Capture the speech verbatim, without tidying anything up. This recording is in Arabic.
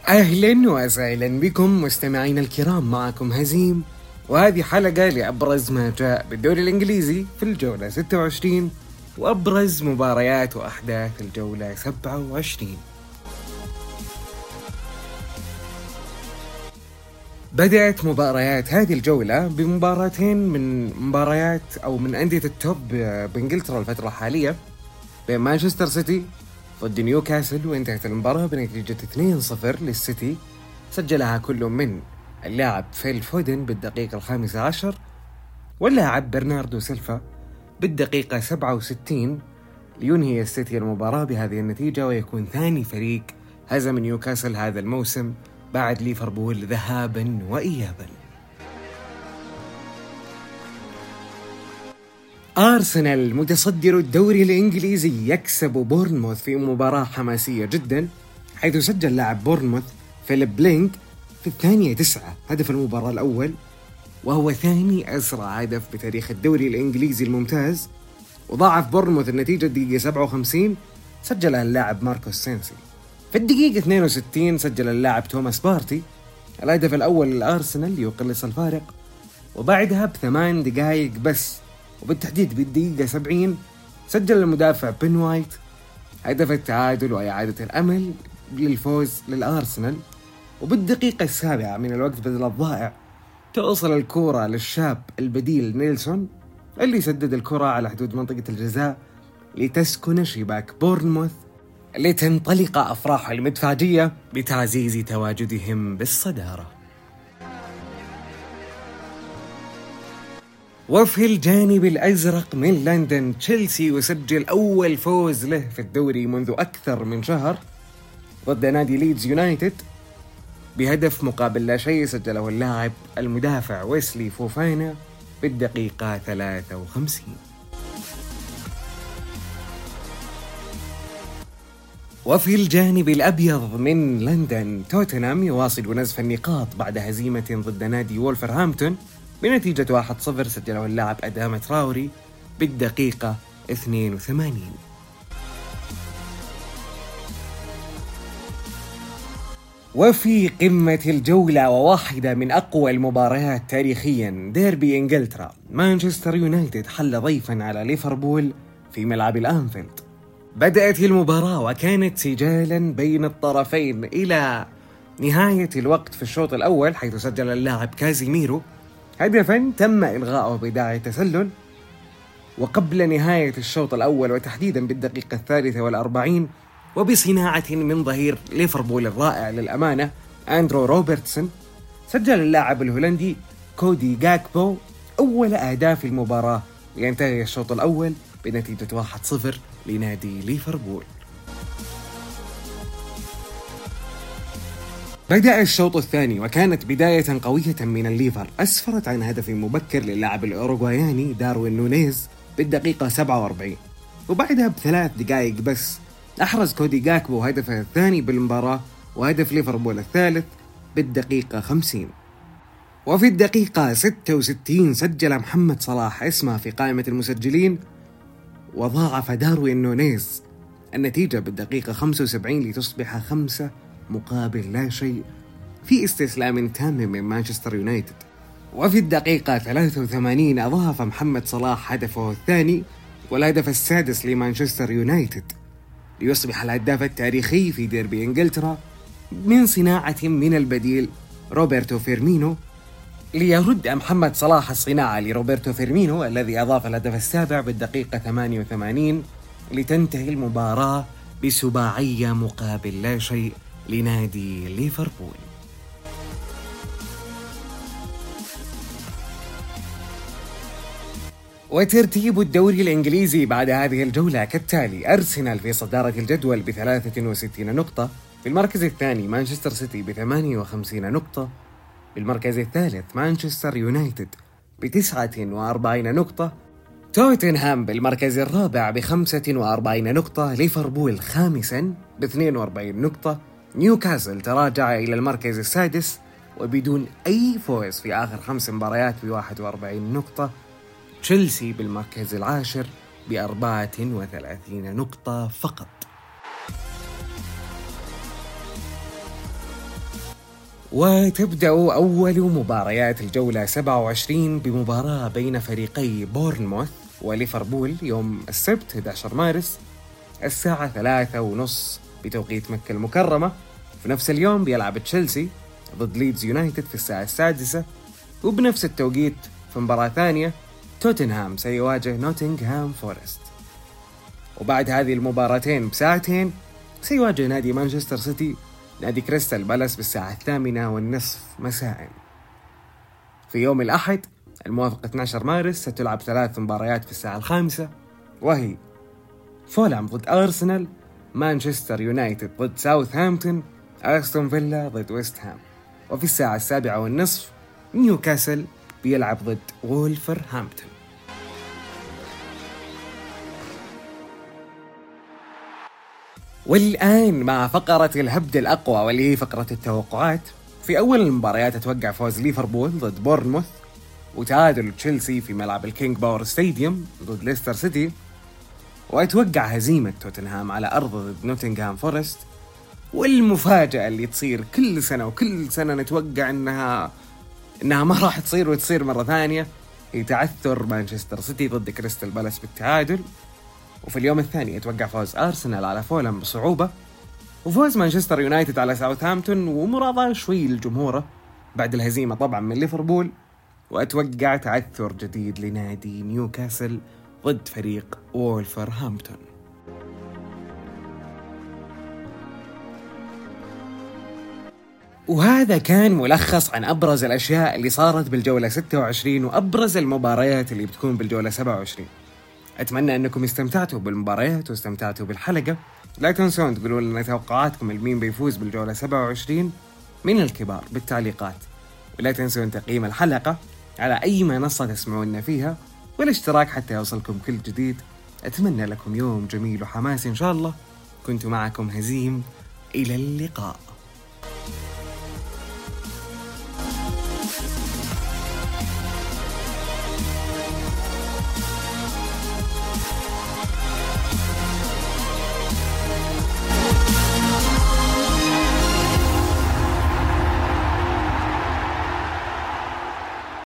أهلا وسهلا بكم مستمعين الكرام، معكم هزيم، وهذه حلقة لأبرز ما جاء بالدوري الإنجليزي في الجولة ستة وعشرين وأبرز مباريات وأحداث الجولة سبعة وعشرين. بدأت مباريات هذه الجولة بمباراتين من مباريات أو من أندية التوب بإنجلترا الفترة الحالية، بين مانشستر سيتي ضد نيوكاسل، وانتهت المباراة بنتيجة اثنين صفر للسيتي، سجلها كل من اللاعب فيل فودن بالدقيقة الخامسة عشر واللاعب برناردو سيلفا بالدقيقة سبعة وستين، لينهي السيتي المباراة بهذه النتيجة ويكون ثاني فريق هزم نيوكاسل هذا الموسم بعد ليفربول ذهابا وإيابا. أرسنال متصدر الدوري الإنجليزي يكسب بورنموث في مباراة حماسية جدا، حيث سجل لاعب بورنموث فيليب بلينك في الثانية تسعة هدف المباراة الأول، وهو ثاني أسرع هدف بتاريخ الدوري الإنجليزي الممتاز. وضاعف بورنموث النتيجة الدقيقة سبعة وخمسين، سجلها اللاعب ماركوس سينسي. في الدقيقة اثنين وستين سجل اللاعب توماس بارتي الهدف الأول للأرسنال ليقلص الفارق، وبعدها بثمان دقائق بس وبالتحديد بالدقيقة سبعين سجل المدافع بن وايت هدف التعادل وإعادة الأمل للفوز للأرسنال. وبالدقيقة السابعة من الوقت بدل الضائع توصل الكرة للشاب البديل نيلسون اللي سدد الكرة على حدود منطقة الجزاء لتسكن شباك بورنموث، لتنطلق أفراح المدفعجية بتعزيز تواجدهم بالصدارة. وفي الجانب الأزرق من لندن، تشيلسي يسجل أول فوز له في الدوري منذ أكثر من شهر ضد نادي ليدز يونايتد بهدف مقابل لا شيء سجله اللاعب المدافع ويسلي فوفانا بالدقيقة ثلاثة وخمسين. وفي الجانب الأبيض من لندن، توتنهام يواصل نزف النقاط بعد هزيمة ضد نادي وولفرهامبتون بنتيجة واحد صفر سجله اللاعب أدامة تراوري بالدقيقة اثنين وثمانين. وفي قمة الجولة وواحدة من أقوى المباريات تاريخيا، ديربي إنجلترا، مانشستر يونايتد حل ضيفا على ليفربول في ملعب الأنفيلد. بدأت المباراة وكانت سجالا بين الطرفين إلى نهاية الوقت في الشوط الأول، حيث سجل اللاعب كازيميرو هدفا تم إلغاؤه بداعي تسلل. وقبل نهاية الشوط الأول وتحديدا بالدقيقة الثالثة والأربعين، وبصناعة من ظهير ليفربول الرائع للأمانة أندرو روبرتسون، سجل اللاعب الهولندي كودي جاكبو أول أهداف المباراة، لينتهي الشوط الأول بنتيجة واحد صفر لنادي ليفربول. بدأ الشوط الثاني وكانت بداية قوية من الليفر، أسفرت عن هدف مبكر للاعب الأوروغواياني داروين نونيز بالدقيقة سبعة وأربعين، وبعدها بثلاث دقائق بس أحرز كودي جاكبو هدفه الثاني بالمباراة وهدف ليفربول الثالث بالدقيقة خمسين. وفي الدقيقة ستة وستين سجل محمد صلاح اسمه في قائمة المسجلين، وضاعف داروين نونيز النتيجة بالدقيقة خمسة وسبعين لتصبح خمسة مقابل لا شيء في استسلام تام من مانشستر يونايتد. وفي الدقيقة ثلاثة وثمانين أضاف محمد صلاح هدفه الثاني والهدف السادس لمانشستر يونايتد، ليصبح الهداف التاريخي في ديربي إنجلترا من صناعة من البديل روبرتو فيرمينو، ليرد محمد صلاح الصناعة لروبرتو فيرمينو الذي أضاف الهدف السابع بالدقيقة ثمانية وثمانين، لتنتهي المباراة بسباعية مقابل لا شيء لنادي ليفربول. وترتيب الدوري الإنجليزي بعد هذه الجولة كالتالي: أرسنال في صدارة الجدول بثلاثة وستين نقطة، في المركز الثاني مانشستر سيتي بثمانية وخمسين نقطة، في المركز الثالث مانشستر يونايتد بتسعة وأربعين نقطة، توتنهام بالمركز الرابع بخمسة وأربعين نقطة، ليفربول خامسا باثنين وأربعين نقطة، نيوكاسل تراجع إلى المركز السادس وبدون أي فوز في آخر خمس مباريات بواحد وأربعين نقطة، تشيلسي بالمركز العاشر بأربعة وثلاثين نقطة فقط. وتبدأ أول مباريات الجولة سبعة وعشرين بمباراة بين فريقي بورنموث وليفربول يوم السبت أحد عشر مارس الساعة ثلاثة ونص بتوقيت مكة المكرمة. في نفس اليوم بيلعب تشيلسي ضد ليدز يونايتد في الساعة السادسة، وبنفس التوقيت في مباراة ثانية توتنهام سيواجه نوتنغهام فورست. وبعد هذه المباراتين بساعتين سيواجه نادي مانشستر سيتي نادي كريستال بالاس بالساعة الثامنة والنصف مساء. في يوم الأحد الموافق اثني عشر مارس ستلعب ثلاث مباريات في الساعة الخامسة، وهي فولهام ضد أرسنال، مانشستر يونايتد ضد ساوثهامبتون، أستون فيلا ضد ويست هام. وفي الساعة السابعة والنصف نيوكاسل بيلعب ضد وولفرهامبتون. والآن مع فقرة الهبد الأقوى واللي هي فقرة التوقعات. في أول المباريات أتوقع فوز ليفربول ضد بورنموث، وتعادل تشيلسي في ملعب الكينج باور ستاديوم ضد ليستر سيتي، وأتوقع هزيمة توتنهام على أرض ضد نوتنغهام فورست. والمفاجأة اللي تصير كل سنة وكل سنة نتوقع إنها إنها ما راح تصير وتصير مرة ثانية، هي تعثر مانشستر سيتي ضد كريستال بالاس بالتعادل. وفي اليوم الثاني أتوقع فوز أرسنال على فولهام بصعوبة، وفوز مانشستر يونايتد على ساوثهامبتون ومراضاة شوي للجمهور بعد الهزيمة طبعا من ليفربول. وأتوقع تعثر جديد لنادي نيوكاسل ضد فريق وولفرهامبتون. وهذا كان ملخص عن أبرز الأشياء اللي صارت بالجولة ستة وعشرين وأبرز المباريات اللي بتكون بالجولة سبعة وعشرين. أتمنى أنكم استمتعتوا بالمباريات واستمتعتوا بالحلقة. لا تنسون تقولوا لنا توقعاتكم المين بيفوز بالجولة سبعة وعشرين من الكبار بالتعليقات، ولا تنسون تقييم الحلقة على أي منصة تسمعونا فيها، والاشتراك حتى يوصلكم كل جديد. أتمنى لكم يوم جميل وحماسي إن شاء الله. كنت معكم هزيم، إلى اللقاء.